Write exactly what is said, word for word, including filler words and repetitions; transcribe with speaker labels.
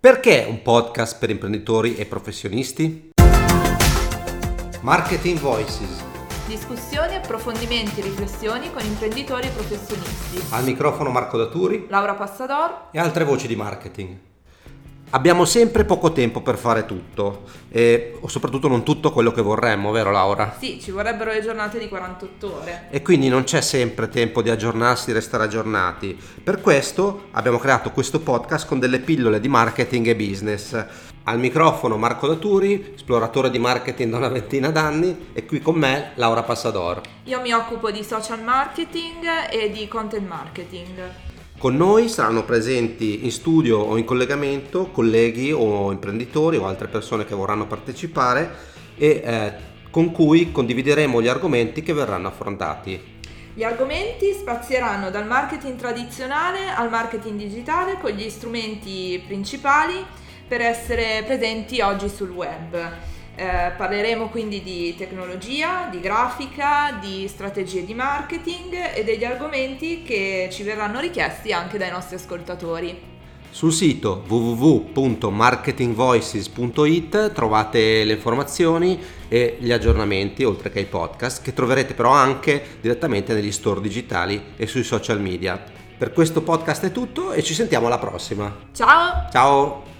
Speaker 1: Perché un podcast per imprenditori e professionisti? Marketing Voices.
Speaker 2: Discussioni, approfondimenti e riflessioni con imprenditori e professionisti.
Speaker 1: Al microfono Marco Daturi,
Speaker 2: Laura Passador
Speaker 1: e altre voci di marketing. Abbiamo sempre poco tempo per fare tutto, e soprattutto non tutto quello che vorremmo, vero Laura?
Speaker 2: Sì, ci vorrebbero le giornate di quarantotto ore.
Speaker 1: E quindi non c'è sempre tempo di aggiornarsi, di restare aggiornati. Per questo abbiamo creato questo podcast con delle pillole di marketing e business. Al microfono Marco Daturi, esploratore di marketing da una ventina d'anni, e qui con me Laura Passador.
Speaker 2: Io mi occupo di social marketing e di content marketing.
Speaker 1: Con noi saranno presenti in studio o in collegamento colleghi o imprenditori o altre persone che vorranno partecipare e eh, con cui condivideremo gli argomenti che verranno affrontati.
Speaker 2: Gli argomenti spazieranno dal marketing tradizionale al marketing digitale con gli strumenti principali per essere presenti oggi sul web. Eh, parleremo quindi di tecnologia, di grafica, di strategie di marketing e degli argomenti che ci verranno richiesti anche dai nostri ascoltatori.
Speaker 1: Sul sito w w w punto marketing voices punto i t trovate le informazioni e gli aggiornamenti, oltre che i podcast, che troverete però anche direttamente negli store digitali e sui social media. Per questo podcast è tutto e ci sentiamo alla prossima.
Speaker 2: Ciao!
Speaker 1: Ciao!